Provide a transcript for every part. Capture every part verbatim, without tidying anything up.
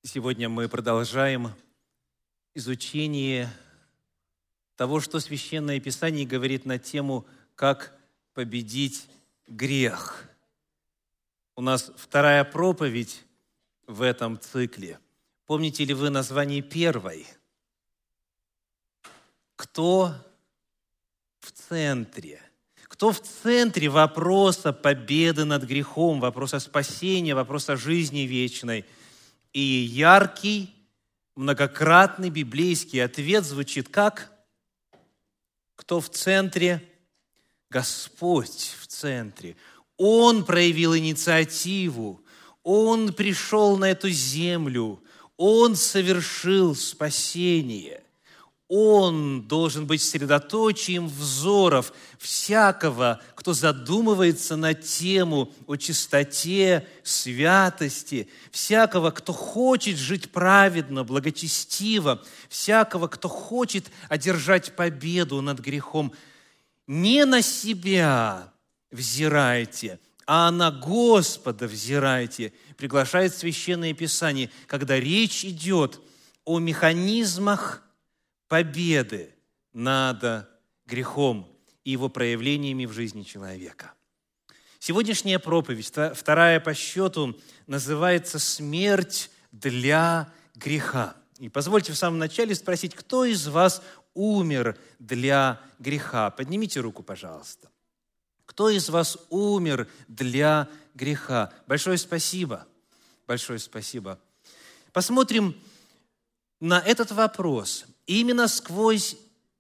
Сегодня мы продолжаем изучение того, что Священное Писание говорит на тему «Как победить грех». У нас вторая проповедь в этом цикле. Помните ли вы название первой? Кто в центре? Кто в центре вопроса победы над грехом, вопроса спасения, вопроса жизни вечной? И яркий, многократный библейский ответ звучит как? Кто в центре? Господь в центре. Он проявил инициативу, Он пришел на эту землю, Он совершил спасение. Он должен быть средоточием взоров всякого, кто задумывается на тему о чистоте, святости, всякого, кто хочет жить праведно, благочестиво, всякого, кто хочет одержать победу над грехом. Не на себя взирайте, а на Господа взирайте, приглашает Священное Писание, когда речь идет о механизмах победы над грехом и его проявлениями в жизни человека. Сегодняшняя проповедь, вторая по счету, называется «Смерть для греха». И позвольте в самом начале спросить, кто из вас умер для греха? Поднимите руку, пожалуйста. Кто из вас умер для греха? Большое спасибо. Большое спасибо. Посмотрим на этот вопрос именно сквозь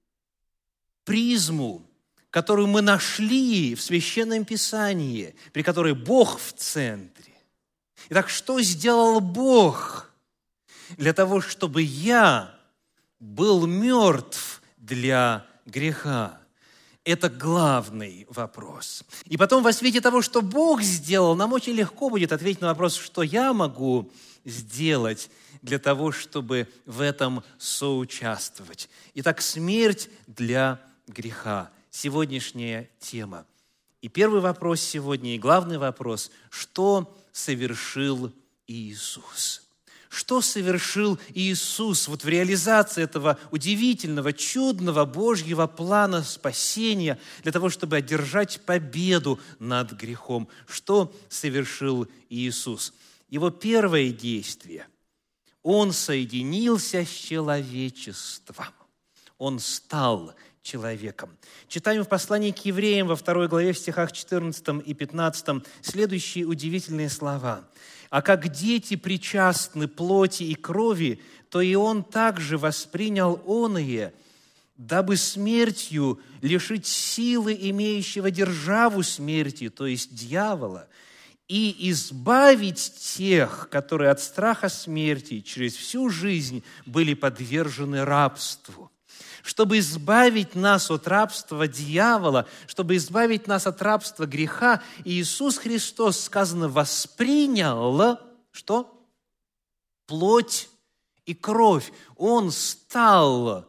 призму, которую мы нашли в Священном Писании, при которой Бог в центре. Итак, что сделал Бог для того, чтобы я был мертв для греха? Это главный вопрос. И потом во свете того, что Бог сделал, нам очень легко будет ответить на вопрос, что я могу сделать для того, чтобы в этом соучаствовать. Итак, смерть для греха. Сегодняшняя тема. И первый вопрос сегодня, и главный вопрос, что совершил Иисус? Что совершил Иисус вот в реализации этого удивительного, чудного Божьего плана спасения для того, чтобы одержать победу над грехом? Что совершил Иисус? Его первое действие – Он соединился с человечеством. Он стал человеком. Читаем в послании к евреям во второй главе в стихах четырнадцатом и пятнадцатом следующие удивительные слова. «А как дети причастны плоти и крови, то и Он также воспринял оные, дабы смертью лишить силы имеющего державу смерти, то есть дьявола, и избавить тех, которые от страха смерти через всю жизнь были подвержены рабству». Чтобы избавить нас от рабства дьявола, чтобы избавить нас от рабства греха, Иисус Христос, сказано, воспринял, что? Плоть и кровь. Он стал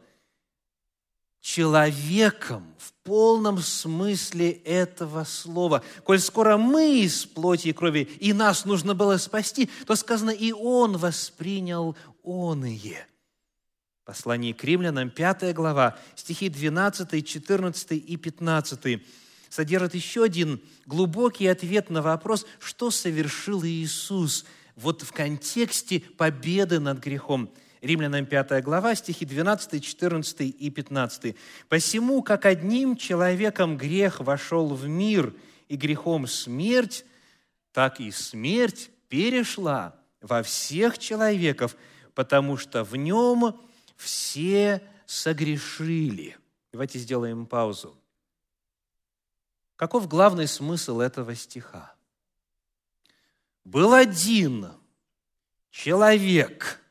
человеком в полном смысле этого слова. Коль скоро мы из плоти и крови, и нас нужно было спасти, то сказано, и Он воспринял оные. Послание к Римлянам, пятая глава, стихи двенадцатый, четырнадцатый и пятнадцатый содержат еще один глубокий ответ на вопрос, что совершил Иисус вот в контексте победы над грехом. Римлянам пятая глава, стихи двенадцатый, четырнадцатый и пятнадцатый. «Посему, как одним человеком грех вошел в мир, и грехом смерть, так и смерть перешла во всех человеков, потому что в нем все согрешили». Давайте сделаем паузу. Каков главный смысл этого стиха? Был один человек,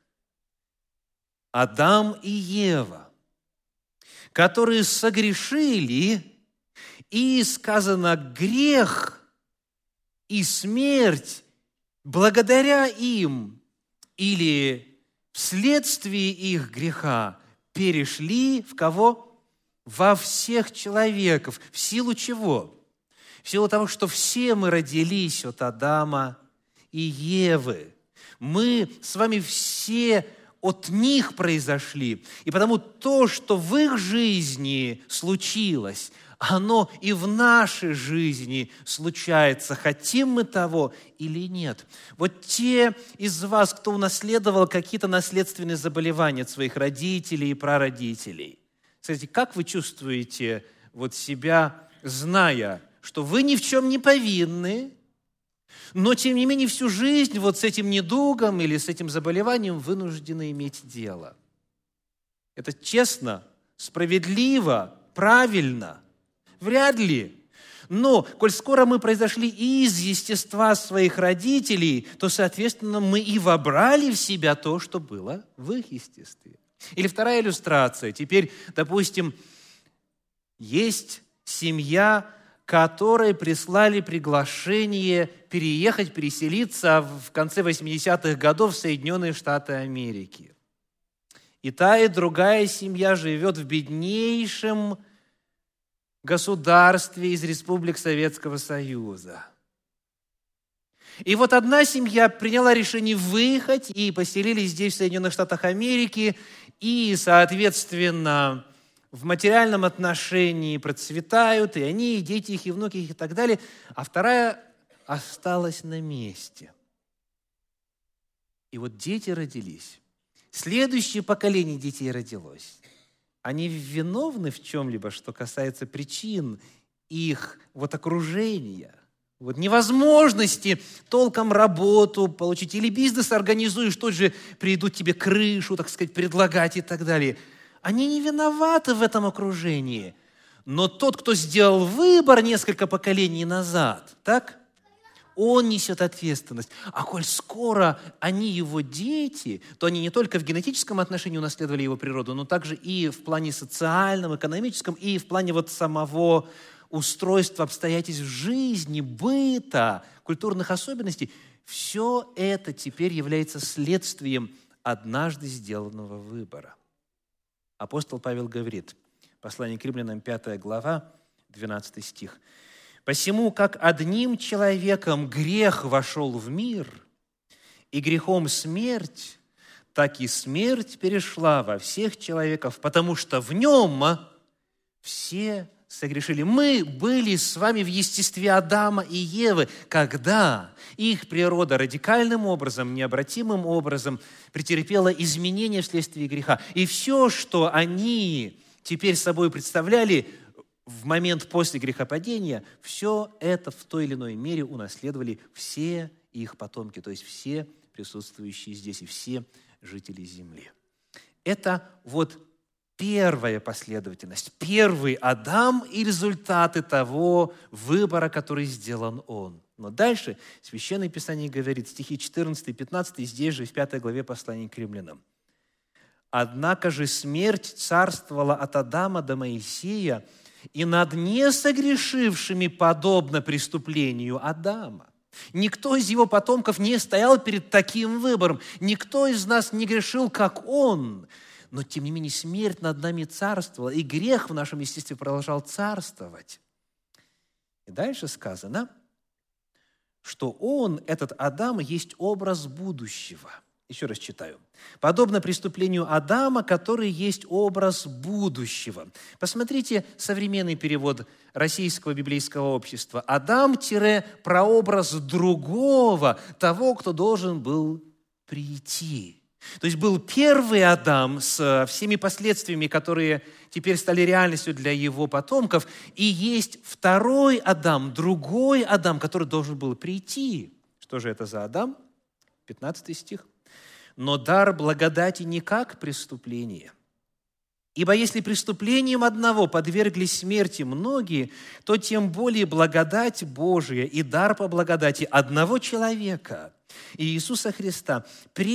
Адам и Ева, которые согрешили, и сказано, грех и смерть благодаря им или вследствие их греха перешли в кого? Во всех человеков. В силу чего? В силу того, что все мы родились от Адама и Евы. Мы с вами все от них произошли. И потому то, что в их жизни случилось, оно и в нашей жизни случается, хотим мы того или нет. Вот те из вас, кто унаследовал какие-то наследственные заболевания от своих родителей и прародителей, кстати, как вы чувствуете вот себя, зная, что вы ни в чем не повинны, но, тем не менее, всю жизнь вот с этим недугом или с этим заболеванием вынуждены иметь дело? Это честно, справедливо, правильно? Вряд ли. Но, коль скоро мы произошли из естества своих родителей, то, соответственно, мы и вобрали в себя то, что было в их естестве. Или вторая иллюстрация. Теперь, допустим, есть семья, которой прислали приглашение переехать, переселиться в конце восьмидесятых годов в Соединенные Штаты Америки. И та, и другая семья живет в беднейшем государстве из республик Советского Союза. И вот одна семья приняла решение выехать и поселились здесь, в Соединенных Штатах Америки, и, соответственно, в материальном отношении процветают, и они, и дети их, и внуки их, и так далее, а вторая осталась на месте. И вот дети родились. Следующее поколение детей родилось. Они виновны в чем-либо, что касается причин их вот окружения, вот невозможности толком работу получить, или бизнес организуешь, тут же придут тебе крышу, так сказать, предлагать и так далее. Они не виноваты в этом окружении. Но тот, кто сделал выбор несколько поколений назад, так, он несет ответственность. А коль скоро они его дети, то они не только в генетическом отношении унаследовали его природу, но также и в плане социальном, экономическом, и в плане вот самого устройства обстоятельств жизни, быта, культурных особенностей. Все это теперь является следствием однажды сделанного выбора. Апостол Павел говорит, послание к Римлянам, пятая глава, двенадцатый стих. «Посему, как одним человеком грех вошел в мир, и грехом смерть, так и смерть перешла во всех человеков, потому что в нем все согрешили». Мы были с вами в естестве Адама и Евы, когда их природа радикальным образом, необратимым образом претерпела изменения вследствие греха. И все, что они теперь собой представляли в момент после грехопадения, все это в той или иной мере унаследовали все их потомки, то есть все присутствующие здесь и все жители земли. Это вот первая последовательность, первый Адам и результаты того выбора, который сделан он. Но дальше Священное Писание говорит, стихи четырнадцатый, пятнадцатый, здесь же в пятой главе послания к Римлянам. «Однако же смерть царствовала от Адама до Моисея, и над несогрешившими подобно преступлению Адама. Никто из его потомков не стоял перед таким выбором. Никто из нас не грешил, как он. Но, тем не менее, смерть над нами царствовала, и грех в нашем естестве продолжал царствовать». И дальше сказано, что он, этот Адам, есть образ будущего. Еще раз читаю. «Подобно преступлению Адама, который есть образ будущего». Посмотрите современный перевод Российского библейского общества. Адам-прообраз другого, того, кто должен был прийти. То есть был первый Адам с всеми последствиями, которые теперь стали реальностью для его потомков, и есть второй Адам, другой Адам, который должен был прийти. Что же это за Адам? пятнадцатый стих. «Но дар благодати не как преступление. Ибо если преступлением одного подверглись смерти многие, то тем более благодать Божия и дар по благодати одного человека, Иисуса Христа,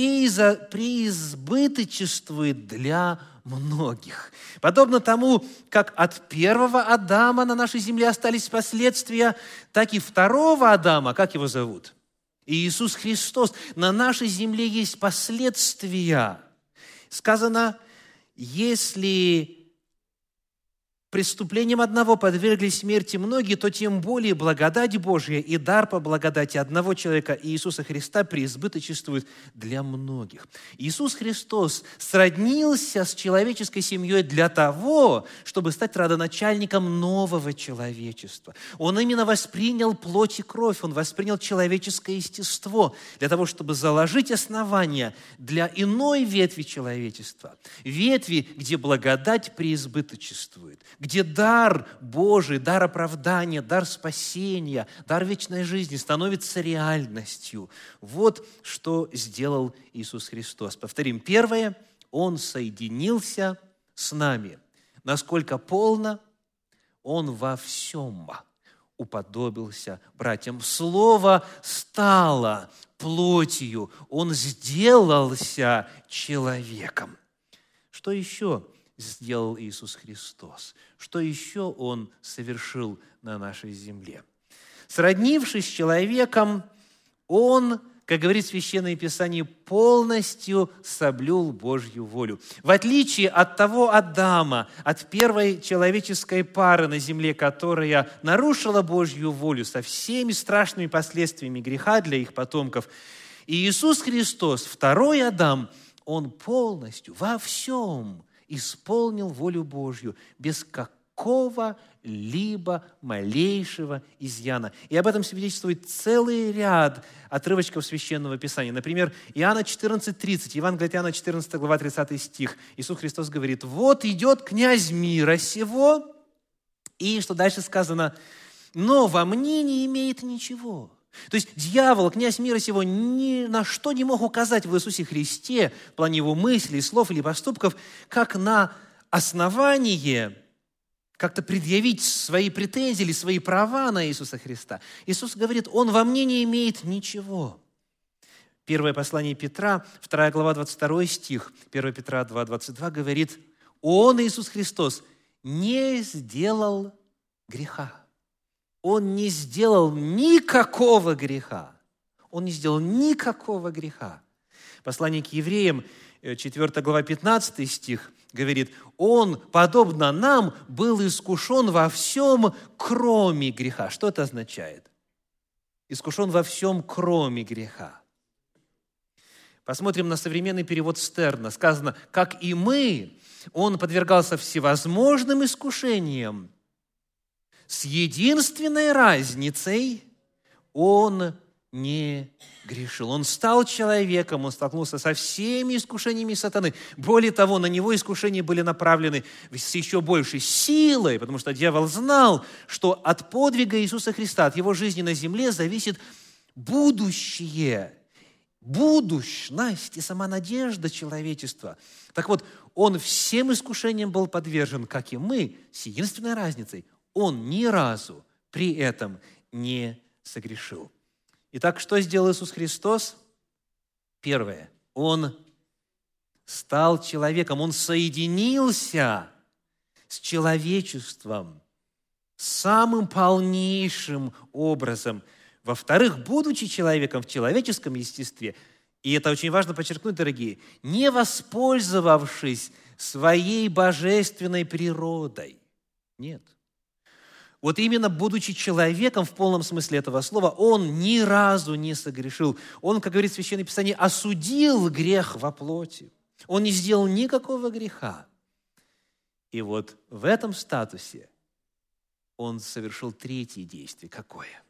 преизбыточествует для многих». Подобно тому, как от первого Адама на нашей земле остались последствия, так и второго Адама, как его зовут? Иисус Христос. На нашей земле есть последствия. Сказано, если преступлением одного подвергли смерти многие, то тем более благодать Божья и дар по благодати одного человека Иисуса Христа преизбыточествует для многих. Иисус Христос сроднился с человеческой семьей для того, чтобы стать родоначальником нового человечества. Он именно воспринял плоть и кровь, Он воспринял человеческое естество для того, чтобы заложить основания для иной ветви человечества. Ветви, где благодать преизбыточествует, где дар Божий, дар оправдания, дар спасения, дар вечной жизни становится реальностью. Вот что сделал Иисус Христос. Повторим, первое, Он соединился с нами. Насколько полно, Он во всем уподобился братьям. Слово стало плотью, Он сделался человеком. Что еще сделал Иисус Христос? Что еще Он совершил на нашей земле? Сроднившись с человеком, Он, как говорит Священное Писание, полностью соблюл Божью волю. В отличие от того Адама, от первой человеческой пары на земле, которая нарушила Божью волю со всеми страшными последствиями греха для их потомков, Иисус Христос, второй Адам, Он полностью во всем исполнил волю Божью без какого-либо малейшего изъяна. И об этом свидетельствует целый ряд отрывочков Священного Писания. Например, Иоанна четырнадцать тридцать, Евангелие от Иоанна четырнадцатая глава, тридцатый стих. Иисус Христос говорит: «Вот идет князь мира сего». И что дальше сказано? «Но во мне не имеет ничего». То есть дьявол, князь мира сего, ни на что не мог указать в Иисусе Христе в плане его мыслей, слов или поступков, как на основание как-то предъявить свои претензии или свои права на Иисуса Христа. Иисус говорит: Он во мне не имеет ничего. Первое послание Петра, вторая глава, двадцать второй стих, первое Петра два, двадцать два говорит: Он, Иисус Христос, не сделал греха. Он не сделал никакого греха. Он не сделал никакого греха. Послание к евреям, четвёртая глава, пятнадцатый стих, говорит: Он, подобно нам, был искушен во всем, кроме греха. Что это означает? Искушен во всем, кроме греха. Посмотрим на современный перевод Стерна. Сказано: как и мы, Он подвергался всевозможным искушениям, с единственной разницей: Он не грешил. Он стал человеком, Он столкнулся со всеми искушениями сатаны. Более того, на Него искушения были направлены с еще большей силой, потому что дьявол знал, что от подвига Иисуса Христа, от Его жизни на земле зависит будущее, будущность и сама надежда человечества. Так вот, Он всем искушениям был подвержен, как и мы, с единственной разницей: Он ни разу при этом не согрешил. Итак, что сделал Иисус Христос? Первое. Он стал человеком, Он соединился с человечеством самым полнейшим образом. Во-вторых, будучи человеком в человеческом естестве, и это очень важно подчеркнуть, дорогие, не воспользовавшись своей божественной природой. Нет. Вот именно будучи человеком в полном смысле этого слова, Он ни разу не согрешил. Он, как говорит Священное Писание, осудил грех во плоти. Он не сделал никакого греха. И вот в этом статусе Он совершил третье действие. Какое?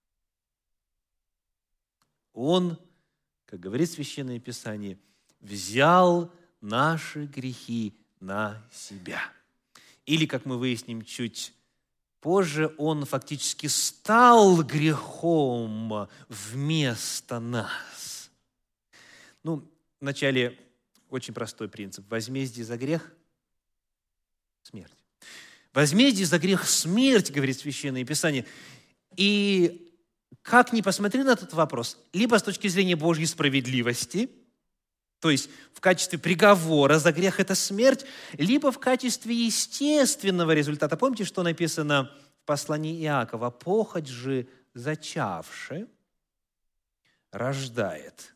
Он, как говорит Священное Писание, взял наши грехи на себя. Или, как мы выясним чуть позже, Он фактически стал грехом вместо нас. Ну, вначале очень простой принцип. Возмездие за грех – смерть. Возмездие за грех – смерть, говорит Священное Писание. И как ни посмотри на этот вопрос, либо с точки зрения Божьей справедливости, то есть в качестве приговора за грех – это смерть, либо в качестве естественного результата. Помните, что написано в послании Иакова? «Похоть же зачавши рождает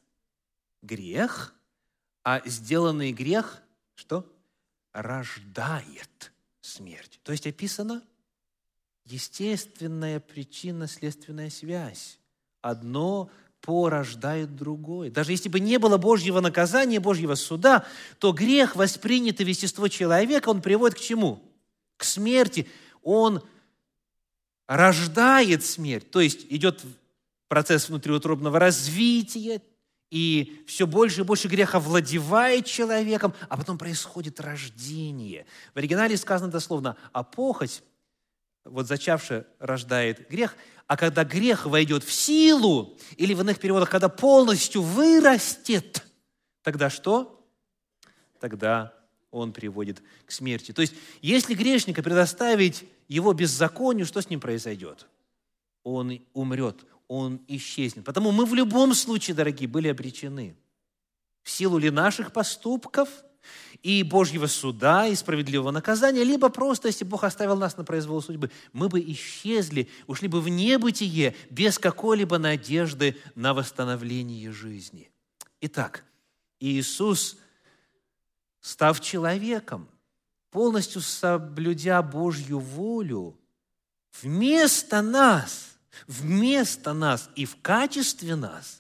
грех, а сделанный грех» что? «Рождает смерть. То есть описана естественная причинно-следственная связь. Одно порождает другое. Даже если бы не было Божьего наказания, Божьего суда, то грех, воспринятый в естество человека, он приводит к чему? К смерти. Он рождает смерть. То есть идет процесс внутриутробного развития, и все больше и больше греха овладевает человеком, а потом происходит рождение. В оригинале сказано дословно, а похоть, вот зачавшая, рождает грех, а когда грех войдет в силу, или в иных переводах, когда полностью вырастет, тогда что? Тогда он приводит к смерти. То есть, если грешника предоставить его беззаконию, что с ним произойдет? Он умрет, он исчезнет. Потому мы в любом случае, дорогие, были обречены. В силу ли наших поступков и Божьего суда, и справедливого наказания, либо просто, если Бог оставил нас на произвол судьбы, мы бы исчезли, ушли бы в небытие без какой-либо надежды на восстановление жизни. Итак, Иисус, став человеком, полностью соблюдя Божью волю, вместо нас, вместо нас и в качестве нас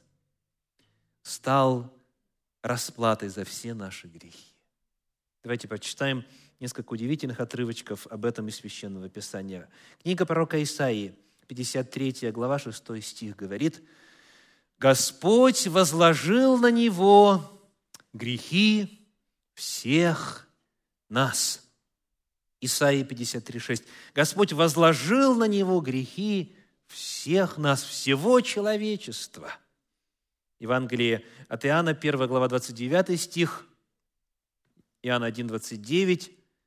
стал расплатой за все наши грехи. Давайте прочитаем несколько удивительных отрывочков об этом из Священного Писания. Книга пророка Исаии, пятьдесят третья глава, шестой стих говорит: «Господь возложил на него грехи всех нас». Исаии пятьдесят три, шесть. «Господь возложил на него грехи всех нас, всего человечества». Евангелие от Иоанна, первая глава, двадцать девятый стих, Иоанна один, двадцать девять.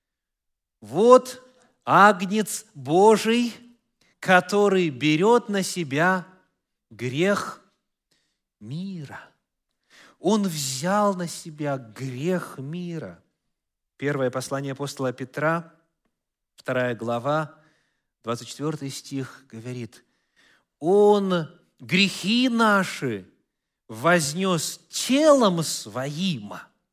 «Вот агнец Божий, который берет на себя грех мира». Он взял на себя грех мира. Первое послание апостола Петра, вторая глава, двадцать четвёртый стих говорит: «Он грехи наши вознес телом своим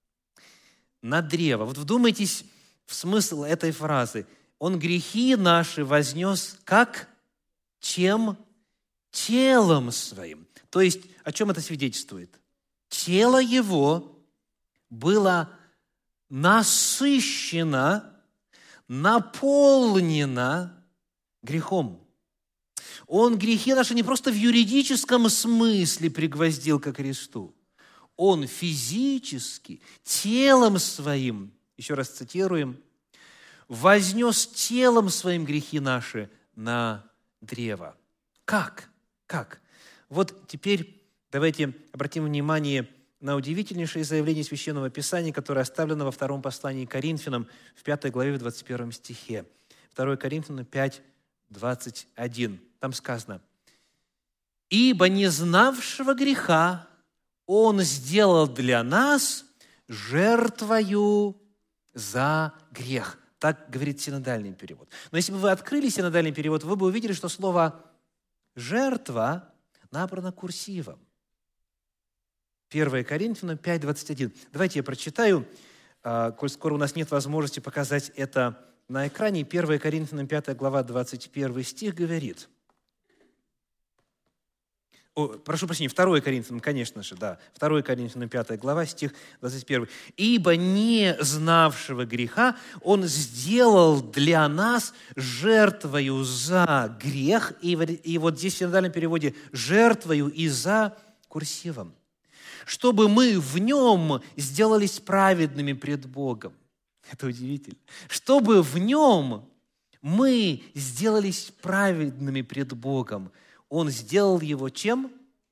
на древо». Вот вдумайтесь в смысл этой фразы. Он грехи наши вознес как? Чем? Телом своим. То есть, о чем это свидетельствует? Тело его было насыщено, наполнено грехом. Он грехи наши не просто в юридическом смысле пригвоздил ко кресту. Он физически, телом своим, еще раз цитируем, вознес телом своим грехи наши на древо. Как? Как? Вот теперь давайте обратим внимание на удивительнейшее заявление Священного Писания, которое оставлено во втором послании к Коринфянам в пятой главе, в двадцать первом стихе. второе Коринфянам пять, двадцать один. Там сказано: «Ибо не знавшего греха Он сделал для нас жертвою за грех». Так говорит синодальный перевод. Но если бы вы открыли синодальный перевод, вы бы увидели, что слово «жертва» набрано курсивом. первое Коринфянам пять, двадцать один. Давайте я прочитаю, коль скоро у нас нет возможности показать это на экране. первое Коринфянам пятая глава, двадцать первый стих говорит. О, прошу прощения, второе Коринфянам, конечно же, да. второе Коринфянам пятая глава, стих двадцать первый. «Ибо не знавшего греха Он сделал для нас жертвою за грех». И, и вот здесь в синодальном переводе «жертвою» и «за» курсивом. «Чтобы мы в Нем сделались праведными пред Богом». Это удивительно. «Чтобы в Нем мы сделались праведными пред Богом». Он сделал его чем?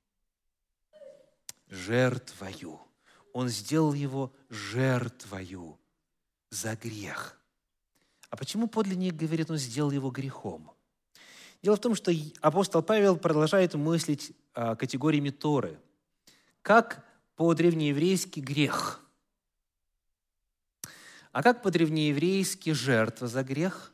Жертвою. Он сделал его жертвою за грех. А почему подлинник говорит, он сделал его грехом? Дело в том, что апостол Павел продолжает мыслить категориями Торы. Как по-древнееврейски грех? А как по-древнееврейски жертва за грех?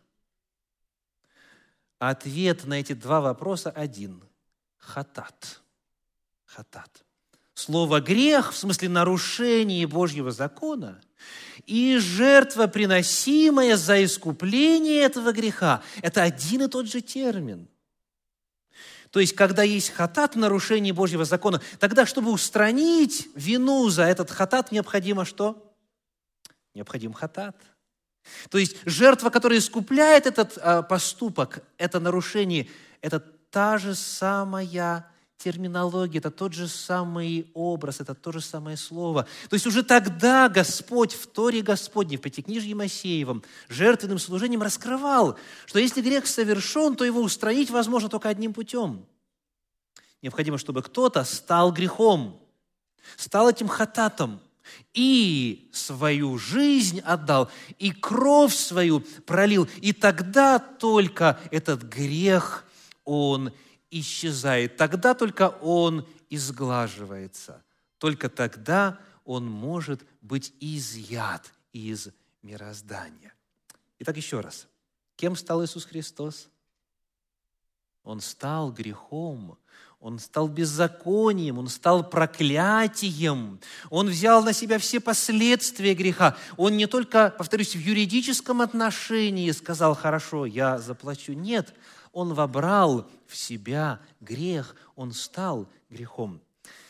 Ответ на эти два вопроса один. Хатат. Хатат. Слово «грех» в смысле нарушение Божьего закона и жертва, приносимая за искупление этого греха, это один и тот же термин. То есть, когда есть хатат в нарушении Божьего закона, тогда, чтобы устранить вину за этот хатат, необходимо что? Необходим хатат. То есть, жертва, которая искупляет этот а, поступок, это нарушение, это та же самая терминология, это тот же самый образ, это то же самое слово. То есть уже тогда Господь в Торе Господней, в Пятикнижье Моисеевом, жертвенным служением раскрывал, что если грех совершен, то его устранить возможно только одним путем. Необходимо, чтобы кто-то стал грехом, стал этим хататом, и свою жизнь отдал, и кровь свою пролил, и тогда только этот грех, он исчезает. Тогда только он изглаживается. Только тогда он может быть изъят из мироздания. Итак, еще раз. Кем стал Иисус Христос? Он стал грехом, Он стал беззаконием, Он стал проклятием. Он взял на себя все последствия греха. Он не только, повторюсь, в юридическом отношении сказал: «Хорошо, я заплачу». Нет, Он вобрал в себя грех, Он стал грехом.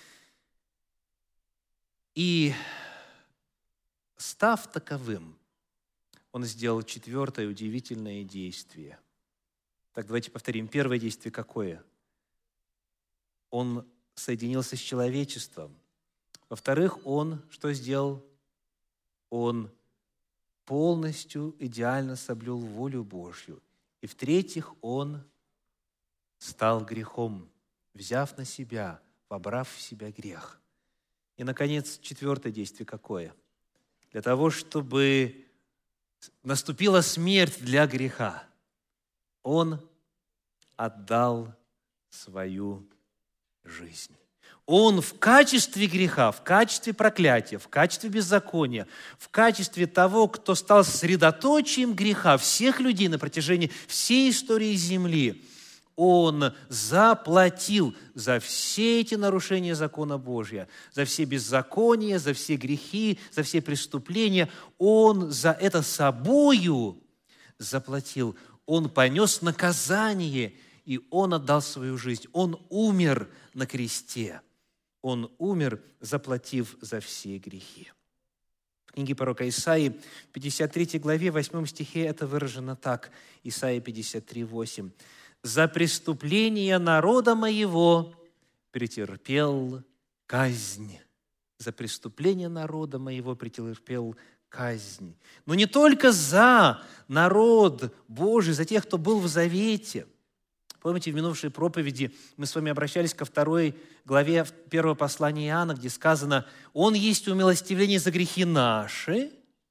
И, став таковым, Он сделал четвертое удивительное действие. Так, давайте повторим. Первое действие какое? Он соединился с человечеством. Во-вторых, Он что сделал? Он полностью, идеально соблюл волю Божью. И в-третьих, Он стал грехом, взяв на себя, вобрав в себя грех. И, наконец, четвертое действие какое? Для того, чтобы наступила смерть для греха, Он отдал свою жизнь. Он в качестве греха, в качестве проклятия, в качестве беззакония, в качестве того, кто стал средоточием греха всех людей на протяжении всей истории земли, Он заплатил за все эти нарушения закона Божия, за все беззакония, за все грехи, за все преступления. Он за это собою заплатил. Он понес наказание, и Он отдал свою жизнь. Он умер на кресте. Он умер, заплатив за все грехи. В книге пророка Исаии, в пятьдесят третьей главе, восьмом стихе это выражено так. Исаия пятьдесят три, восемь. «За преступление народа моего претерпел казнь». За преступление народа моего претерпел казнь. Но не только за народ Божий, за тех, кто был в завете. Помните, в минувшей проповеди мы с вами обращались ко второй главе первого послания Иоанна, где сказано: «Он есть умилостивление за грехи наши,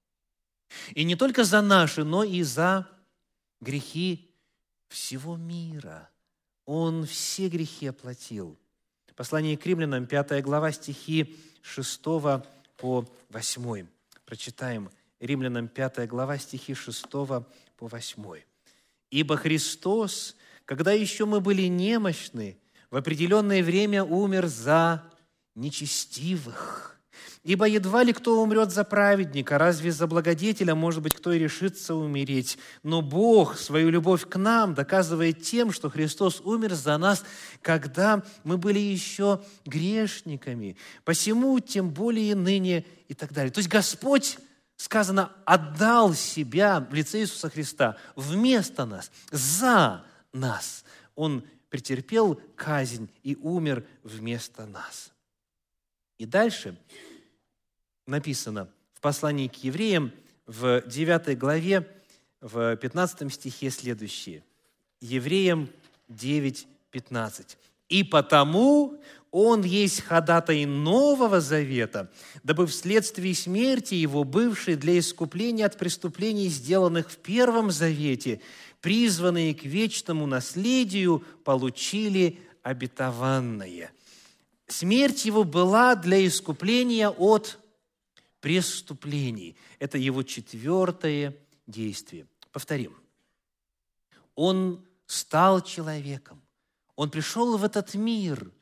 и не только за наши, но и за грехи всего мира». Он все грехи оплатил. Послание к Римлянам, пятая глава, стихи шестого по восьмой. Прочитаем. Римлянам, пятая глава, стихи шестого по восьмой. «Ибо Христос, когда еще мы были немощны, в определенное время умер за нечестивых. Ибо едва ли кто умрет за праведника, разве за благодетеля, может быть, кто и решится умереть. Но Бог свою любовь к нам доказывает тем, что Христос умер за нас, когда мы были еще грешниками. Посему тем более ныне» и так далее. То есть Господь, сказано, отдал себя в лице Иисуса Христа вместо нас, за нас. Он претерпел казнь и умер вместо нас. И дальше написано в послании к евреям в девятой главе, в пятнадцатом стихе следующее. Евреям девять, пятнадцать. «И потому Он есть ходатай Нового Завета, дабы вследствие смерти Его, бывшей для искупления от преступлений, сделанных в Первом Завете, призванные к вечному наследию, получили обетованное». Смерть Его была для искупления от преступлений. Это Его четвертое действие. Повторим. Он стал человеком. Он пришел в этот мир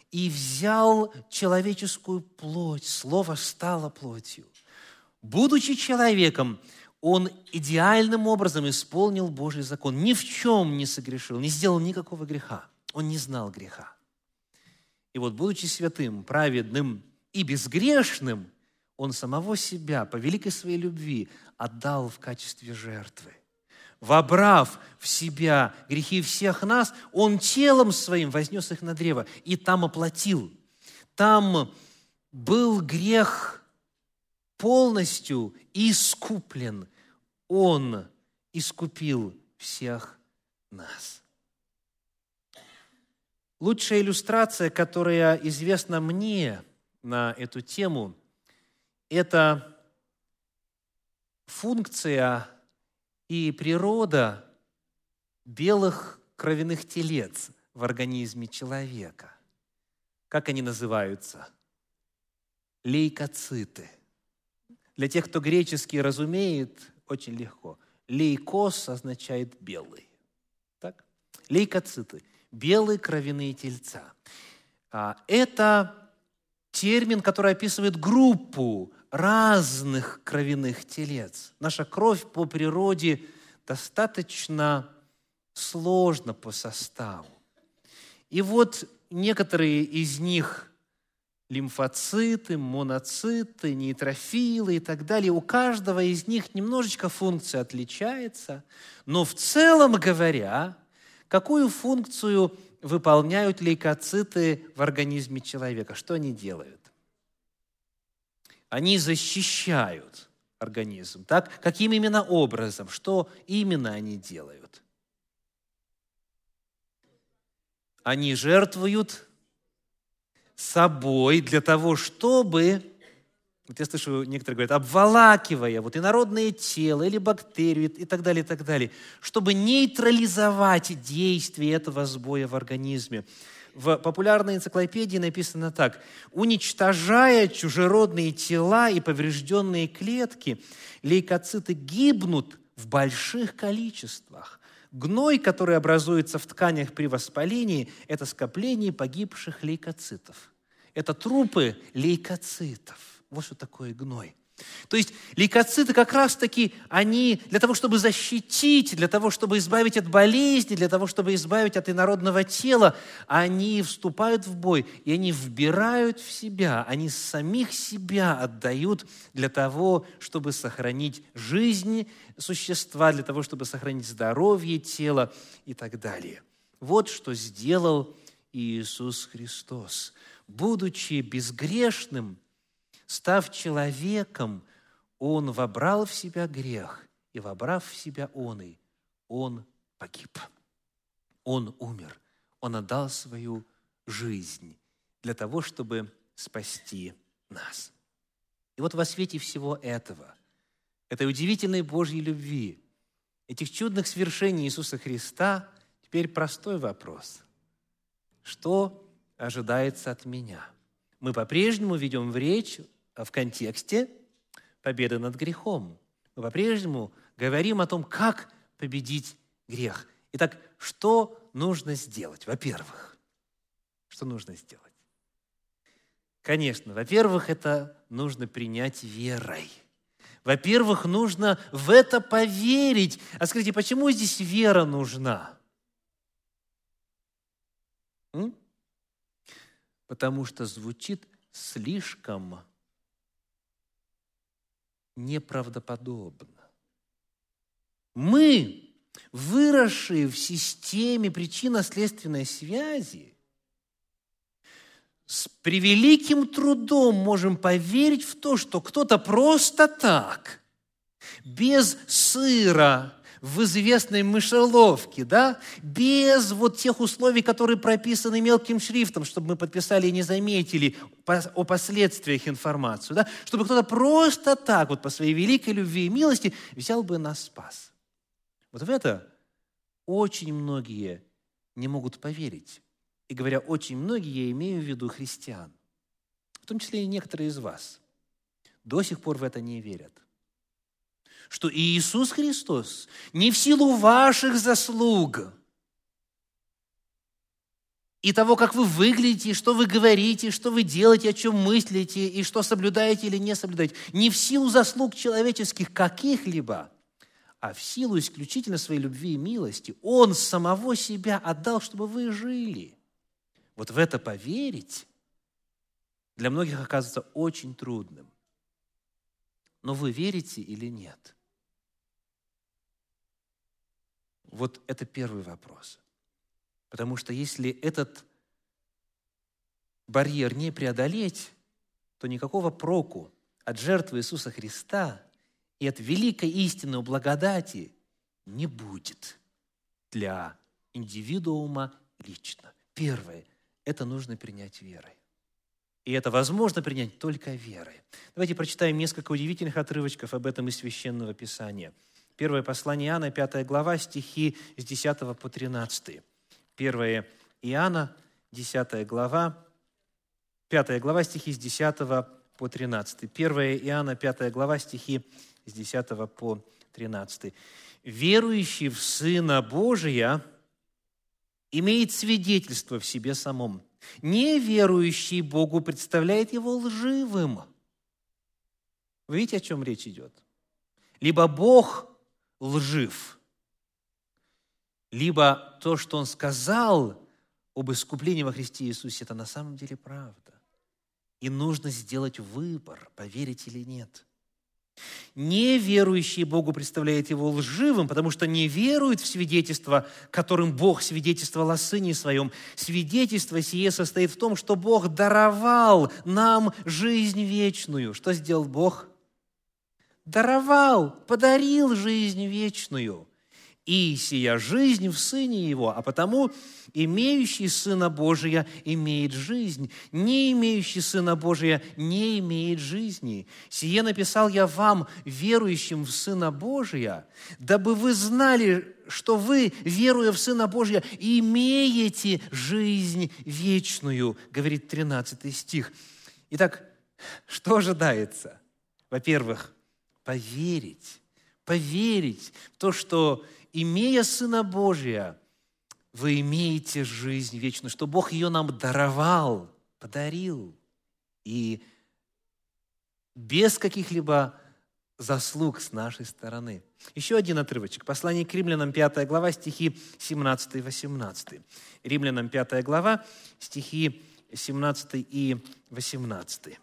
и взял человеческую плоть, Слово стало плотью. Будучи человеком, Он идеальным образом исполнил Божий закон, ни в чем не согрешил, не сделал никакого греха. Он не знал греха. И вот, будучи святым, праведным и безгрешным, Он самого себя по великой своей любви отдал в качестве жертвы. Вобрав в себя грехи всех нас, Он телом Своим вознес их на древо и там оплатил. Там был грех полностью искуплен. Он искупил всех нас. Лучшая иллюстрация, которая известна мне на эту тему, это функция и природа белых кровяных телец в организме человека. Как они называются? Лейкоциты. Для тех, кто греческий разумеет, очень легко. Лейкос означает белый. Так? Лейкоциты. Белые кровяные тельца. Это термин, который описывает группу разных кровяных телец. Наша кровь по природе достаточно сложна по составу. И вот некоторые из них лимфоциты, моноциты, нейтрофилы и так далее. У каждого из них немножечко функция отличается, но в целом говоря, какую функцию выполняют лейкоциты в организме человека? Что они делают? Они защищают организм. Так? Каким именно образом? Что именно они делают? Они жертвуют собой для того, чтобы, вот я слышу, некоторые говорят, обволакивая вот инородное тело или бактерию и так далее, и так далее, чтобы нейтрализовать действие этого сбоя в организме. В популярной энциклопедии написано так: уничтожая чужеродные тела и поврежденные клетки, лейкоциты гибнут в больших количествах. Гной, который образуется в тканях при воспалении, это скопление погибших лейкоцитов. Это трупы лейкоцитов. Вот что такое гной. То есть лейкоциты как раз-таки, они для того, чтобы защитить, для того, чтобы избавить от болезни, для того, чтобы избавить от инородного тела, они вступают в бой, и они вбирают в себя, они самих себя отдают для того, чтобы сохранить жизнь существа, для того, чтобы сохранить здоровье тела и так далее. Вот что сделал Иисус Христос. Будучи безгрешным, став человеком, Он вобрал в себя грех, и, вобрав в себя оный, Он погиб. Он умер. Он отдал свою жизнь для того, чтобы спасти нас. И вот во свете всего этого, этой удивительной Божьей любви, этих чудных свершений Иисуса Христа, теперь простой вопрос. Что ожидается от меня? Мы по-прежнему ведем в речь в контексте победы над грехом. Мы по-прежнему говорим о том, как победить грех. Итак, что нужно сделать? Во-первых, что нужно сделать? Конечно, во-первых, это нужно принять верой. Во-первых, нужно в это поверить. А скажите, почему здесь вера нужна? М? Потому что звучит слишком неправдоподобно. Мы, выросшие в системе причинно-следственной связи, с превеликим трудом можем поверить в то, что кто-то просто так, без сыра, в известной мышеловке, да, без вот тех условий, которые прописаны мелким шрифтом, чтобы мы подписали и не заметили о последствиях информацию, да, чтобы кто-то просто так, вот по своей великой любви и милости, взял бы нас спас. Вот в это очень многие не могут поверить. И говоря очень многие, я имею в виду христиан, в том числе и некоторые из вас, до сих пор в это не верят. Что Иисус Христос не в силу ваших заслуг и того, как вы выглядите, что вы говорите, что вы делаете, о чем мыслите, и что соблюдаете или не соблюдаете. Не в силу заслуг человеческих каких-либо, а в силу исключительно своей любви и милости. Он самого себя отдал, чтобы вы жили. Вот в это поверить для многих оказывается очень трудным. Но вы верите или нет? Вот это первый вопрос. Потому что если этот барьер не преодолеть, то никакого проку от жертвы Иисуса Христа и от великой истинной благодати не будет для индивидуума лично. Первое – это нужно принять верой. И это возможно принять только верой. Давайте прочитаем несколько удивительных отрывочков об этом из Священного Писания. Первое послание Иоанна, пятая глава, стихи с десятого по тринадцатый. Первое Иоанна, десятая глава, пятая глава, стихи с десятого по тринадцатый. Первое Иоанна, пятая глава, стихи с десятого по тринадцатый. «Верующий в Сына Божия имеет свидетельство в себе самом. Неверующий Богу представляет его лживым». Вы видите, о чем речь идет? Либо Бог лжив, либо то, что Он сказал об искуплении во Христе Иисусе, это на самом деле правда. И нужно сделать выбор, поверить или нет. Неверующий Богу представляет его лживым, потому что не верует в свидетельство, которым Бог свидетельствовал о Сыне Своем. Свидетельство сие состоит в том, что Бог даровал нам жизнь вечную. Что сделал Бог? Даровал, подарил жизнь вечную. И сия жизнь в Сыне Его, а потому имеющий Сына Божия имеет жизнь, не имеющий Сына Божия не имеет жизни. Сие написал я вам, верующим в Сына Божия, дабы вы знали, что вы, веруя в Сына Божия, имеете жизнь вечную, говорит тринадцатый стих. Итак, что ожидается? Во-первых, поверить, поверить в то, что, имея Сына Божия, вы имеете жизнь вечную, что Бог ее нам даровал, подарил, и без каких-либо заслуг с нашей стороны. Еще один отрывочек. Послание к Римлянам, пятая глава, стихи семнадцатый и восемнадцатый. Римлянам, пятая глава, стихи семнадцатый и восемнадцатый.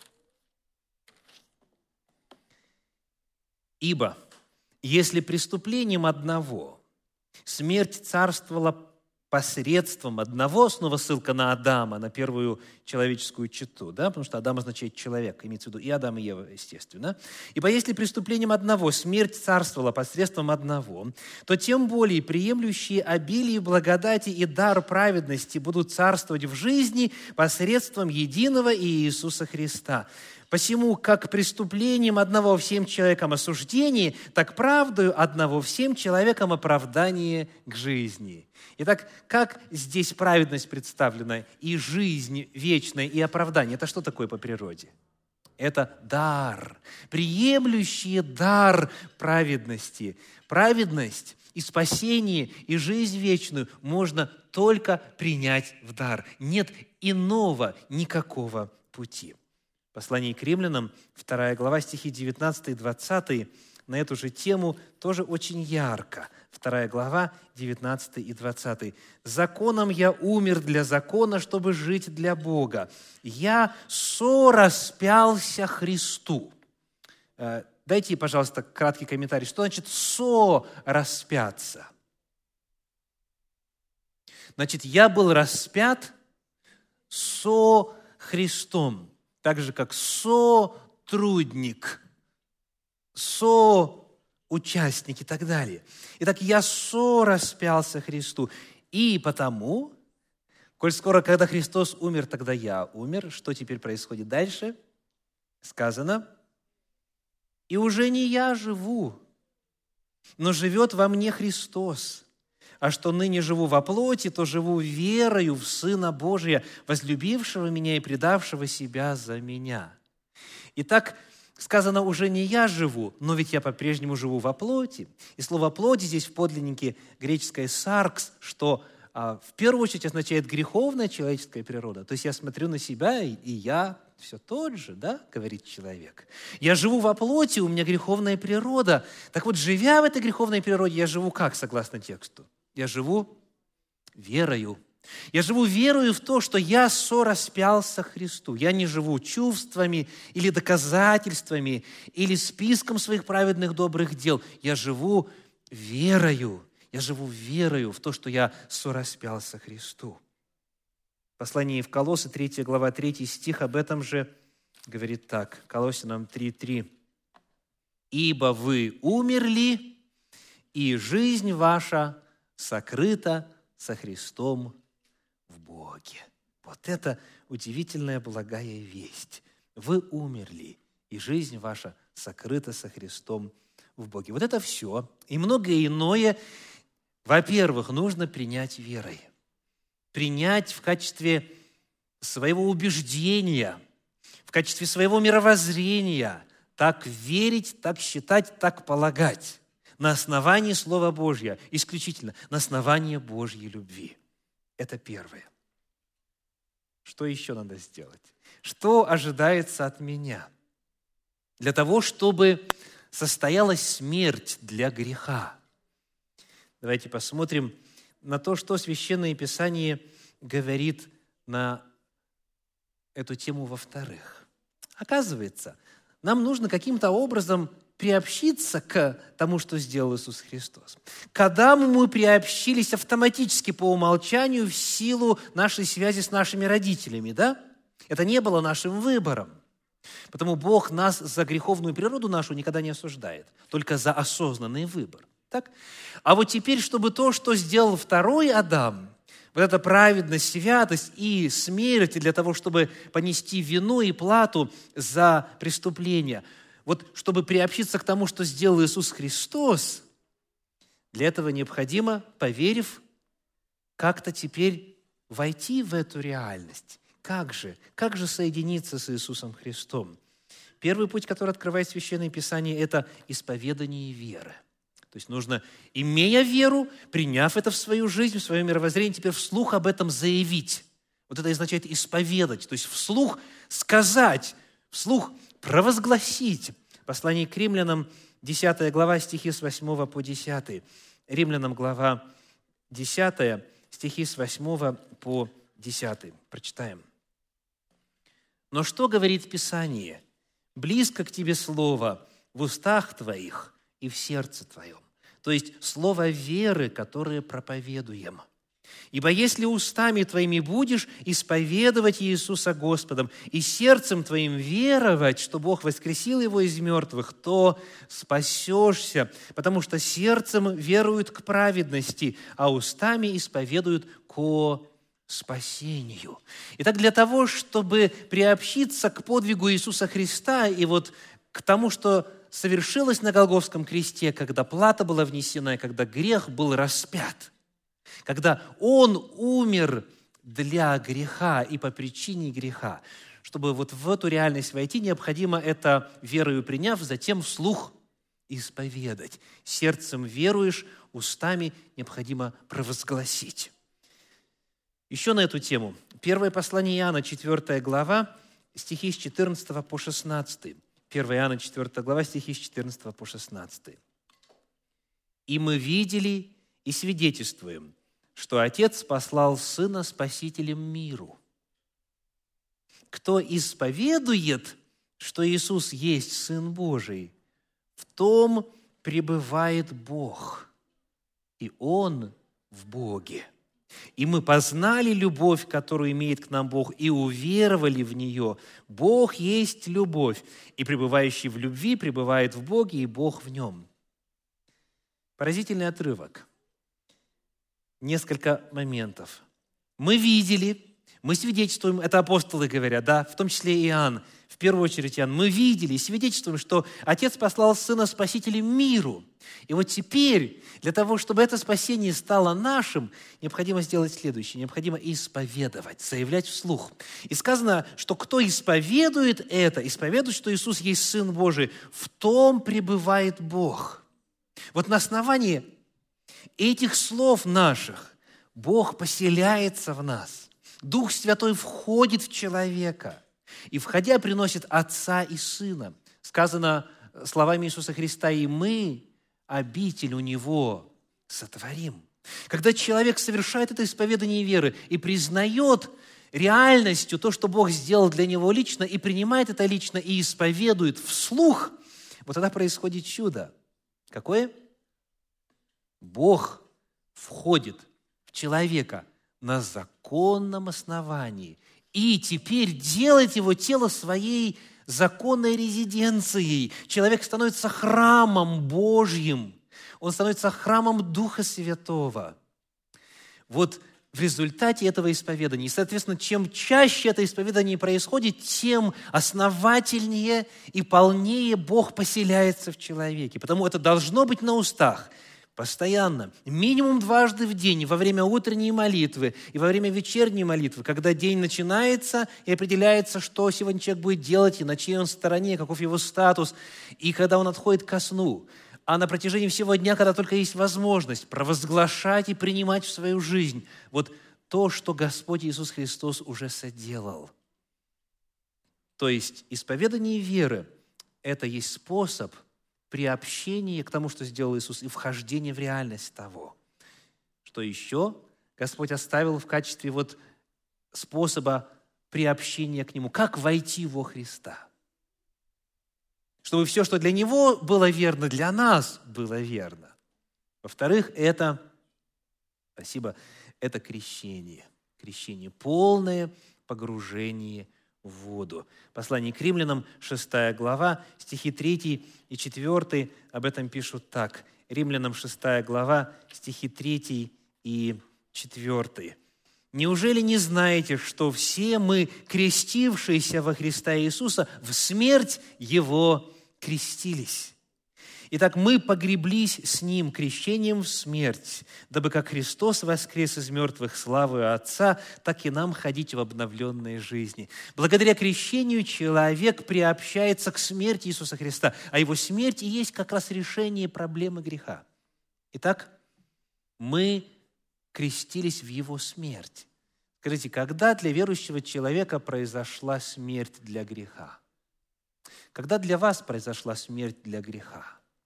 «Ибо, если преступлением одного смерть царствовала посредством одного», снова ссылка на Адама, на первую человеческую чету, да, потому что Адам означает человек, имеется в виду и Адам, и Ева, естественно. «Ибо если преступлением одного смерть царствовала посредством одного, то тем более приемлющие обилие благодати и дар праведности будут царствовать в жизни посредством единого Иисуса Христа. Посему, как преступлением одного всем человекам осуждение, так правдою одного всем человекам оправдание к жизни». Итак, как здесь праведность представлена, и жизнь вечная, и оправдание? Это что такое по природе? Это дар, приемлющий дар праведности. Праведность и спасение, и жизнь вечную можно только принять в дар. Нет иного никакого пути. Послание к Римлянам, вторая глава, стихи девятнадцатый и двадцатый, на эту же тему тоже очень ярко. Вторая глава, девятнадцатый и двадцатый. «Законом я умер для закона, чтобы жить для Бога. Я сораспялся Христу». Дайте, пожалуйста, краткий комментарий. Что значит «сораспяться»? Значит, я был распят со Христом. Так же, как сотрудник, соучастник и так далее. Итак, я сораспялся Христу. И потому, коль скоро, когда Христос умер, тогда я умер. Что теперь происходит дальше? Сказано, и уже не я живу, но живет во мне Христос. А что ныне живу во плоти, то живу верою в Сына Божия, возлюбившего меня и предавшего себя за меня. Итак, сказано, уже не я живу, но ведь я по-прежнему живу во плоти. И слово «плоть» здесь в подлиннике греческое «саркс», что а, в первую очередь означает греховная человеческая природа. То есть я смотрю на себя, и, и я все тот же, да, говорит человек. Я живу во плоти, у меня греховная природа. Так вот, живя в этой греховной природе, я живу как, согласно тексту? Я живу верою. Я живу верою в то, что я сораспялся Христу. Я не живу чувствами или доказательствами, или списком своих праведных добрых дел. Я живу верою. Я живу верою в то, что я сораспялся Христу. В послании в Колоссы, третья глава, третий стих, об этом же говорит так. Колоссянам три три. «Ибо вы умерли, и жизнь ваша сокрыта со Христом в Боге». Вот это удивительная благая весть. Вы умерли, и жизнь ваша сокрыта со Христом в Боге. Вот это все. И многое иное, во-первых, нужно принять верой. Принять в качестве своего убеждения, в качестве своего мировоззрения. Так верить, так считать, так полагать. На основании Слова Божьего, исключительно на основании Божьей любви. Это первое. Что еще надо сделать? Что ожидается от меня? Для того, чтобы состоялась смерть для греха. Давайте посмотрим на то, что Священное Писание говорит на эту тему во-вторых. Оказывается, нам нужно каким-то образом приобщиться к тому, что сделал Иисус Христос. К Адаму мы приобщились автоматически по умолчанию в силу нашей связи с нашими родителями, да? Это не было нашим выбором. Потому Бог нас за греховную природу нашу никогда не осуждает, только за осознанный выбор. Так? А вот теперь, чтобы то, что сделал второй Адам, вот эта праведность, святость и смерть для того, чтобы понести вину и плату за преступление, вот чтобы приобщиться к тому, что сделал Иисус Христос, для этого необходимо, поверив, как-то теперь войти в эту реальность. Как же? Как же соединиться с Иисусом Христом? Первый путь, который открывает Священное Писание, это исповедание веры. То есть нужно, имея веру, приняв это в свою жизнь, в свое мировоззрение, теперь вслух об этом заявить. Вот это означает исповедать, то есть вслух сказать, вслух провозгласить. Послание к Римлянам, десятая глава, стихи с восьмого по десятый. Римлянам, глава десятая, стихи с восьмого по десятый. Прочитаем. «Но что говорит Писание? Близко к тебе слово в устах твоих и в сердце твоем». То есть слово веры, которое проповедуем. «Ибо если устами твоими будешь исповедовать Иисуса Господом и сердцем твоим веровать, что Бог воскресил Его из мертвых, то спасешься, потому что сердцем веруют к праведности, а устами исповедуют ко спасению». Итак, для того, чтобы приобщиться к подвигу Иисуса Христа и вот к тому, что совершилось на Голгофском кресте, когда плата была внесена, когда грех был распят, когда Он умер для греха и по причине греха, чтобы вот в эту реальность войти, необходимо это верою приняв, затем вслух исповедать. Сердцем веруешь, устами необходимо провозгласить. Еще на эту тему. Первое послание Иоанна, четвёртая глава, стихи с четырнадцатого по шестнадцатый. первое Иоанна, четвёртая глава, стихи с четырнадцатого по шестнадцатый. «И мы видели и свидетельствуем, что Отец послал Сына Спасителем миру. Кто исповедует, что Иисус есть Сын Божий, в том пребывает Бог, и Он в Боге. И мы познали любовь, которую имеет к нам Бог, и уверовали в нее. Бог есть любовь, и пребывающий в любви пребывает в Боге, и Бог в нем». Поразительный отрывок. Несколько моментов. Мы видели, мы свидетельствуем, это апостолы говорят, да, в том числе и Иоанн, в первую очередь Иоанн, мы видели и свидетельствуем, что Отец послал Сына Спасителем миру. И вот теперь, для того, чтобы это спасение стало нашим, необходимо сделать следующее. Необходимо исповедовать, заявлять вслух. И сказано, что кто исповедует это, исповедует, что Иисус есть Сын Божий, в том пребывает Бог. Вот на основании этих слов наших Бог поселяется в нас. Дух Святой входит в человека и, входя, приносит Отца и Сына. Сказано словами Иисуса Христа: «И мы обитель у Него сотворим». Когда человек совершает это исповедание веры и признает реальностью то, что Бог сделал для него лично, и принимает это лично, и исповедует вслух, вот тогда происходит чудо. Какое? Бог входит в человека на законном основании и теперь делает его тело своей законной резиденцией. Человек становится храмом Божьим. Он становится храмом Духа Святого. Вот в результате этого исповедания, и, соответственно, чем чаще это исповедание происходит, тем основательнее и полнее Бог поселяется в человеке. Потому это должно быть на устах постоянно, минимум дважды в день, во время утренней молитвы и во время вечерней молитвы, когда день начинается и определяется, что сегодня человек будет делать, и на чьей он стороне, каков его статус, и когда он отходит ко сну. А на протяжении всего дня, когда только есть возможность провозглашать и принимать в свою жизнь вот то, что Господь Иисус Христос уже соделал. То есть исповедание веры – это есть способ приобщения к тому, что сделал Иисус, и вхождения в реальность того. Что еще Господь оставил в качестве вот способа приобщения к Нему? Как войти во Христа? Чтобы все, что для Него было верно, для нас было верно. Во-вторых, это, спасибо, это крещение. Крещение, полное погружение в воду. Послание к Римлянам, шестая глава, стихи третий и четвёртый, об этом пишут так. Римлянам, шестая глава, стихи третий и четвёртый. «Неужели не знаете, что все мы, крестившиеся во Христа Иисуса, в смерть Его крестились? Итак, мы погреблись с Ним крещением в смерть, дабы как Христос воскрес из мертвых славою Отца, так и нам ходить в обновленной жизни». Благодаря крещению человек приобщается к смерти Иисуса Христа, а Его смерть и есть как раз решение проблемы греха. Итак, мы крестились в Его смерть. Скажите, когда для верующего человека произошла смерть для греха? Когда для вас произошла смерть для греха?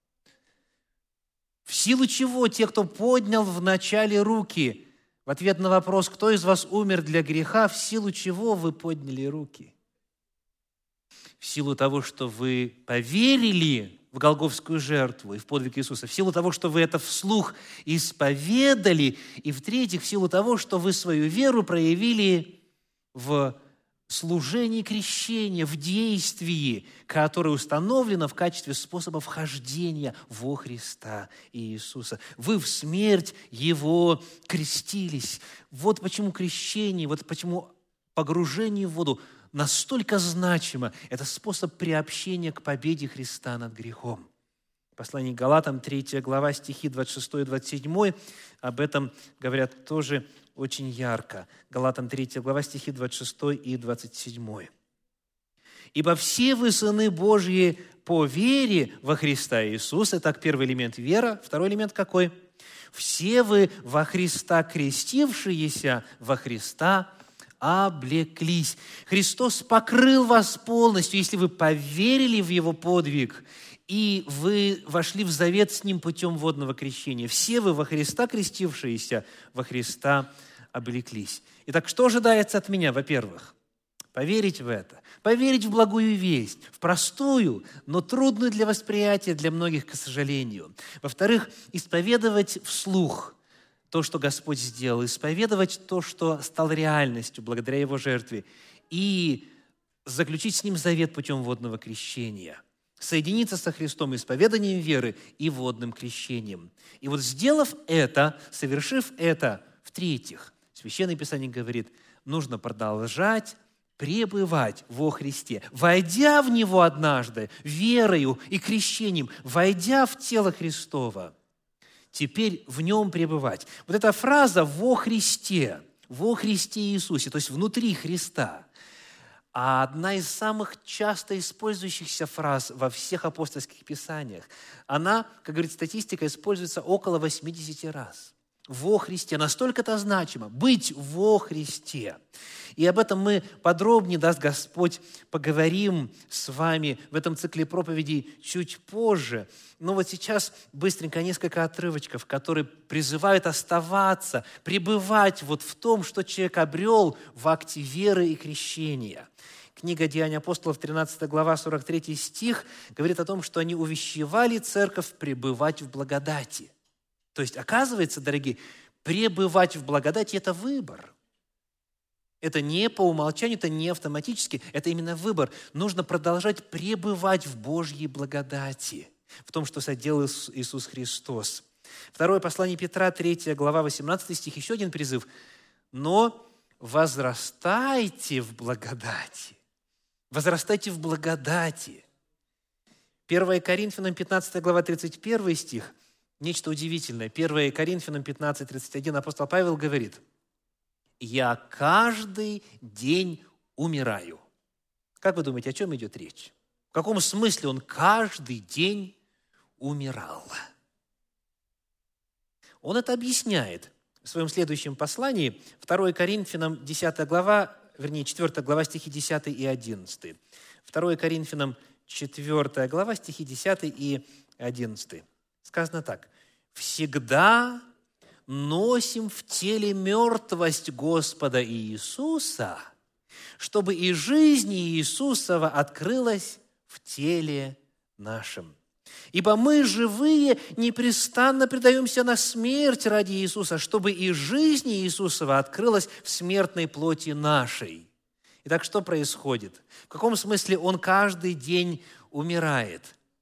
В силу чего те, кто поднял в начале руки, в ответ на вопрос, кто из вас умер для греха, в силу чего вы подняли руки? В силу того, что вы поверили в голгофскую жертву и в подвиг Иисуса, в силу того, что вы это вслух исповедали, и в-третьих, в силу того, что вы свою веру проявили в служении крещения, в действии, которое установлено в качестве способа вхождения во Христа Иисуса. Вы в смерть Его крестились. Вот почему крещение, вот почему погружение в воду настолько значимо. Это способ приобщения к победе Христа над грехом. Послание к Галатам, третья глава, стихи двадцать шесть и двадцать семь, об этом говорят тоже очень ярко. Галатам, третья глава, стихи двадцать шесть и двадцать семь. «Ибо все вы, сыны Божьи, по вере во Христа Иисуса». Итак, первый элемент – вера. Второй элемент какой? «Все вы во Христа крестившиеся, во Христа облеклись». Христос покрыл вас полностью, если вы поверили в Его подвиг, и вы вошли в завет с Ним путем водного крещения. Все вы во Христа крестившиеся, во Христа облеклись. Итак, что ожидается от меня? Во-первых, поверить в это, поверить в благую весть, в простую, но трудную для восприятия для многих, к сожалению. Во-вторых, исповедовать вслух то, что Господь сделал, исповедовать то, что стало реальностью благодаря Его жертве, и заключить с Ним завет путем водного крещения. Соединиться со Христом исповеданием веры и водным крещением. И вот сделав это, совершив это, в-третьих, Священное Писание говорит, нужно продолжать пребывать во Христе, войдя в Него однажды верою и крещением, войдя в тело Христово, теперь в Нем пребывать. Вот эта фраза «во Христе», «во Христе Иисусе», то есть внутри Христа, а одна из самых часто использующихся фраз во всех апостольских писаниях. Она, как говорит статистика, используется около восьмидесяти раз. во Христе. Настолько это значимо – быть во Христе. И об этом мы подробнее, даст Господь, поговорим с вами в этом цикле проповедей чуть позже. Но вот сейчас быстренько несколько отрывочков, которые призывают оставаться, пребывать вот в том, что человек обрел в акте веры и крещения. Книга «Деяния апостолов», тринадцатая глава, сорок третий стих, говорит о том, что они увещевали церковь пребывать в благодати. То есть, оказывается, дорогие, пребывать в благодати – это выбор. Это не по умолчанию, это не автоматически, это именно выбор. Нужно продолжать пребывать в Божьей благодати, в том, что соделал Иисус Христос. Второе послание Петра, третья глава, восемнадцатый стих, еще один призыв. «Но возрастайте в благодати». Возрастайте в благодати. первое Коринфянам, пятнадцатая глава, тридцать первый стих. Нечто удивительное. первое Коринфянам пятнадцать, тридцать один. Апостол Павел говорит: «Я каждый день умираю». Как вы думаете, о чем идет речь? В каком смысле он каждый день умирал? Он это объясняет в своем следующем послании, второе Коринфянам, десятая глава, вернее, четвёртая глава, стихи десятый и одиннадцатый. второе Коринфянам, четвёртая глава, стихи десятый и одиннадцатый. Сказано так: «Всегда носим в теле мертвость Господа Иисуса, чтобы и жизнь Иисусова открылась в теле нашем. Ибо мы, живые, непрестанно предаемся на смерть ради Иисуса, чтобы и жизнь Иисусова открылась в смертной плоти нашей». Итак, что происходит? В каком смысле он каждый день умирает?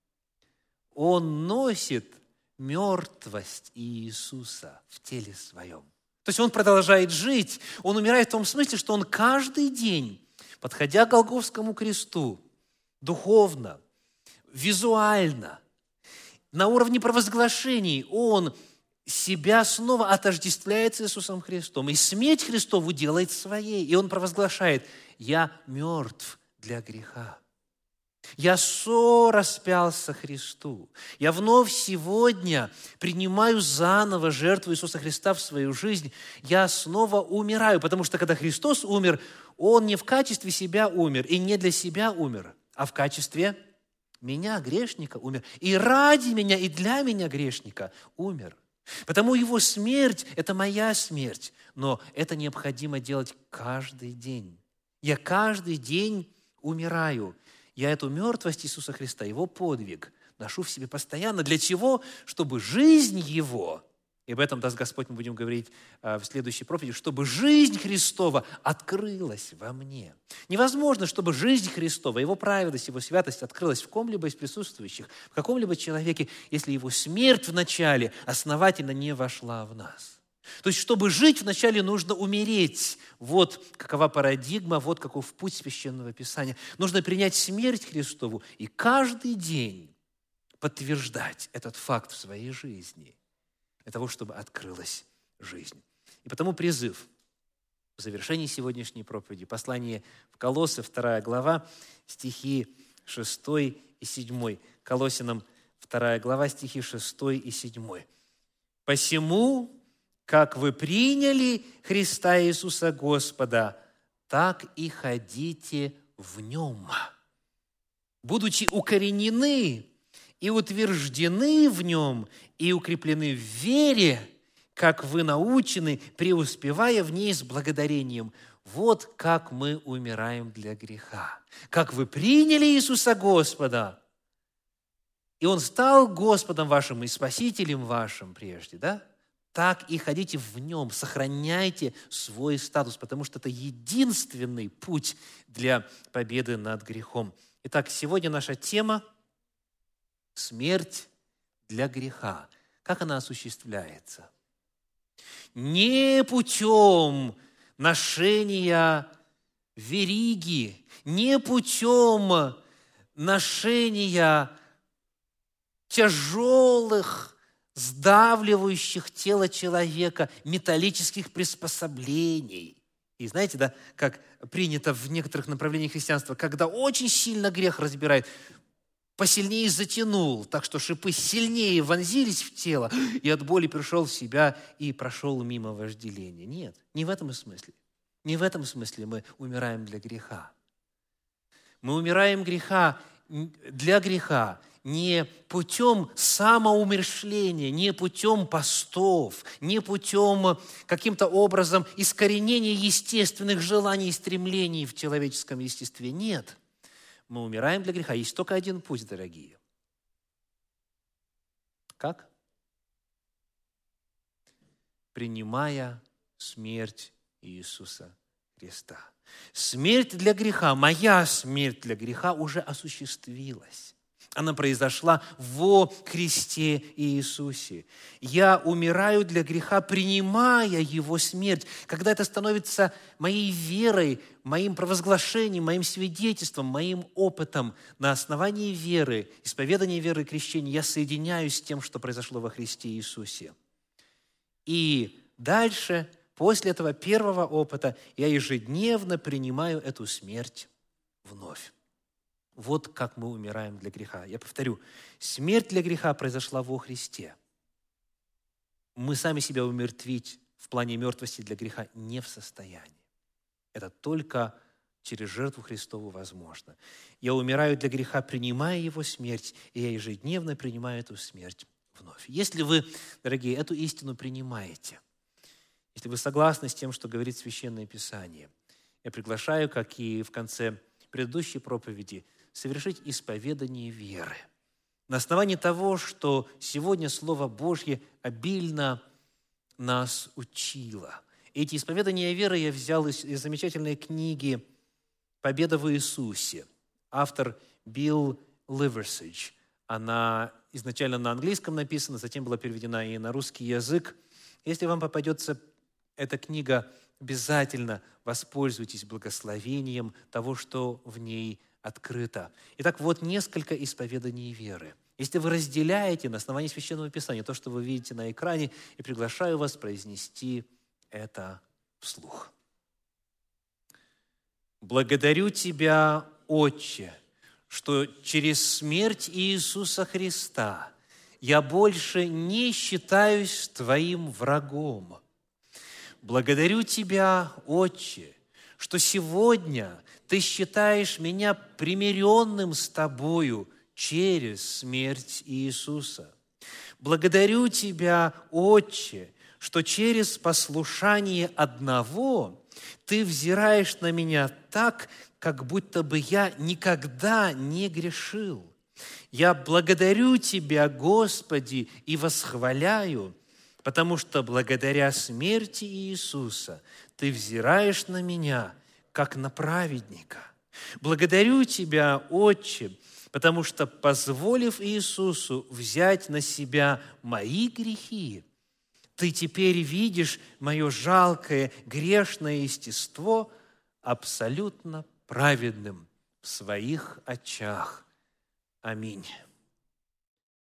Он носит мертвость Иисуса в теле своем. То есть он продолжает жить. Он умирает в том смысле, что он каждый день, подходя к Голгофскому кресту, духовно, визуально, на уровне провозглашений, он себя снова отождествляет с Иисусом Христом. И смерть Христову делает своей. И он провозглашает: «Я мертв для греха. Я сораспялся Христу. Я вновь сегодня принимаю заново жертву Иисуса Христа в свою жизнь. Я снова умираю, потому что когда Христос умер, Он не в качестве себя умер и не для себя умер, а в качестве меня, грешника, умер. И ради меня, и для меня, грешника, умер. Потому Его смерть – это моя смерть, но это необходимо делать каждый день. Я каждый день умираю. Я эту мертвость Иисуса Христа, Его подвиг, ношу в себе постоянно. Для чего? Чтобы жизнь Его, и об этом, даст Господь, мы будем говорить в следующей проповеди, чтобы жизнь Христова открылась во мне. Невозможно, чтобы жизнь Христова, Его праведность, Его святость открылась в ком-либо из присутствующих, в каком-либо человеке, если Его смерть вначале основательно не вошла в нас. То есть, чтобы жить, вначале нужно умереть. Вот какова парадигма, вот каков путь Священного Писания. Нужно принять смерть Христову и каждый день подтверждать этот факт в своей жизни, для того, чтобы открылась жизнь. И потому призыв в завершении сегодняшней проповеди, послание в Колоссы, вторая глава, стихи шестой и седьмой. Колоссянам, вторая глава, стихи шестой и седьмой. «Посему, как вы приняли Христа Иисуса Господа, так и ходите в Нем, будучи укоренены и утверждены в Нем, и укреплены в вере, как вы научены, преуспевая в ней с благодарением. Вот как мы умираем для греха. Как вы приняли Иисуса Господа, и Он стал Господом вашим и Спасителем вашим прежде, да? Так и ходите в Нем, сохраняйте свой статус, потому что это единственный путь для победы над грехом. Итак, сегодня наша тема – смерть для греха. Как она осуществляется? Не путем ношения вериги, не путем ношения тяжелых, сдавливающих тело человека металлических приспособлений. И знаете, да, как принято в некоторых направлениях христианства, когда очень сильно грех разбирает, посильнее затянул, так что шипы сильнее вонзились в тело, и от боли пришел в себя и прошел мимо вожделения. Нет, не в этом смысле. Не в этом смысле мы умираем для греха. Мы умираем греха для греха не путем самоумерщвления, не путем постов, не путем каким-то образом искоренения естественных желаний и стремлений в человеческом естестве. Нет. Мы умираем для греха. Есть только один путь, дорогие. Как? Принимая смерть Иисуса Христа. Смерть для греха, моя смерть для греха уже осуществилась. Она произошла во Христе Иисусе. Я умираю для греха, принимая Его смерть. Когда это становится моей верой, моим провозглашением, моим свидетельством, моим опытом, на основании веры, исповедания веры и крещения, я соединяюсь с тем, что произошло во Христе Иисусе. И дальше, после этого первого опыта, я ежедневно принимаю эту смерть вновь. Вот как мы умираем для греха. Я повторю, смерть для греха произошла во Христе. Мы сами себя умертвить в плане мертвости для греха не в состоянии. Это только через жертву Христову возможно. Я умираю для греха, принимая Его смерть, и я ежедневно принимаю эту смерть вновь. Если вы, дорогие, эту истину принимаете, если вы согласны с тем, что говорит Священное Писание, я приглашаю, как и в конце предыдущей проповеди, совершить исповедание веры. На основании того, что сегодня Слово Божье обильно нас учило. Эти исповедания веры я взял из, из замечательной книги «Победа в Иисусе». Автор Билл Ливерседж. Она изначально на английском написана, затем была переведена и на русский язык. Если вам попадется эта книга, обязательно воспользуйтесь благословением того, что в ней открыто. Итак, вот несколько исповеданий веры. Если вы разделяете на основании Священного Писания то, что вы видите на экране, и приглашаю вас произнести это вслух. «Благодарю Тебя, Отче, что через смерть Иисуса Христа я больше не считаюсь Твоим врагом. Благодарю Тебя, Отче, что сегодня Ты считаешь меня примиренным с Тобою через смерть Иисуса. Благодарю Тебя, Отче, что через послушание одного Ты взираешь на меня так, как будто бы я никогда не грешил. Я благодарю Тебя, Господи, и восхваляю, потому что благодаря смерти Иисуса Ты взираешь на меня, как на праведника. Благодарю Тебя, Отче, потому что, позволив Иисусу взять на себя мои грехи, Ты теперь видишь мое жалкое, грешное естество абсолютно праведным в своих очах. Аминь».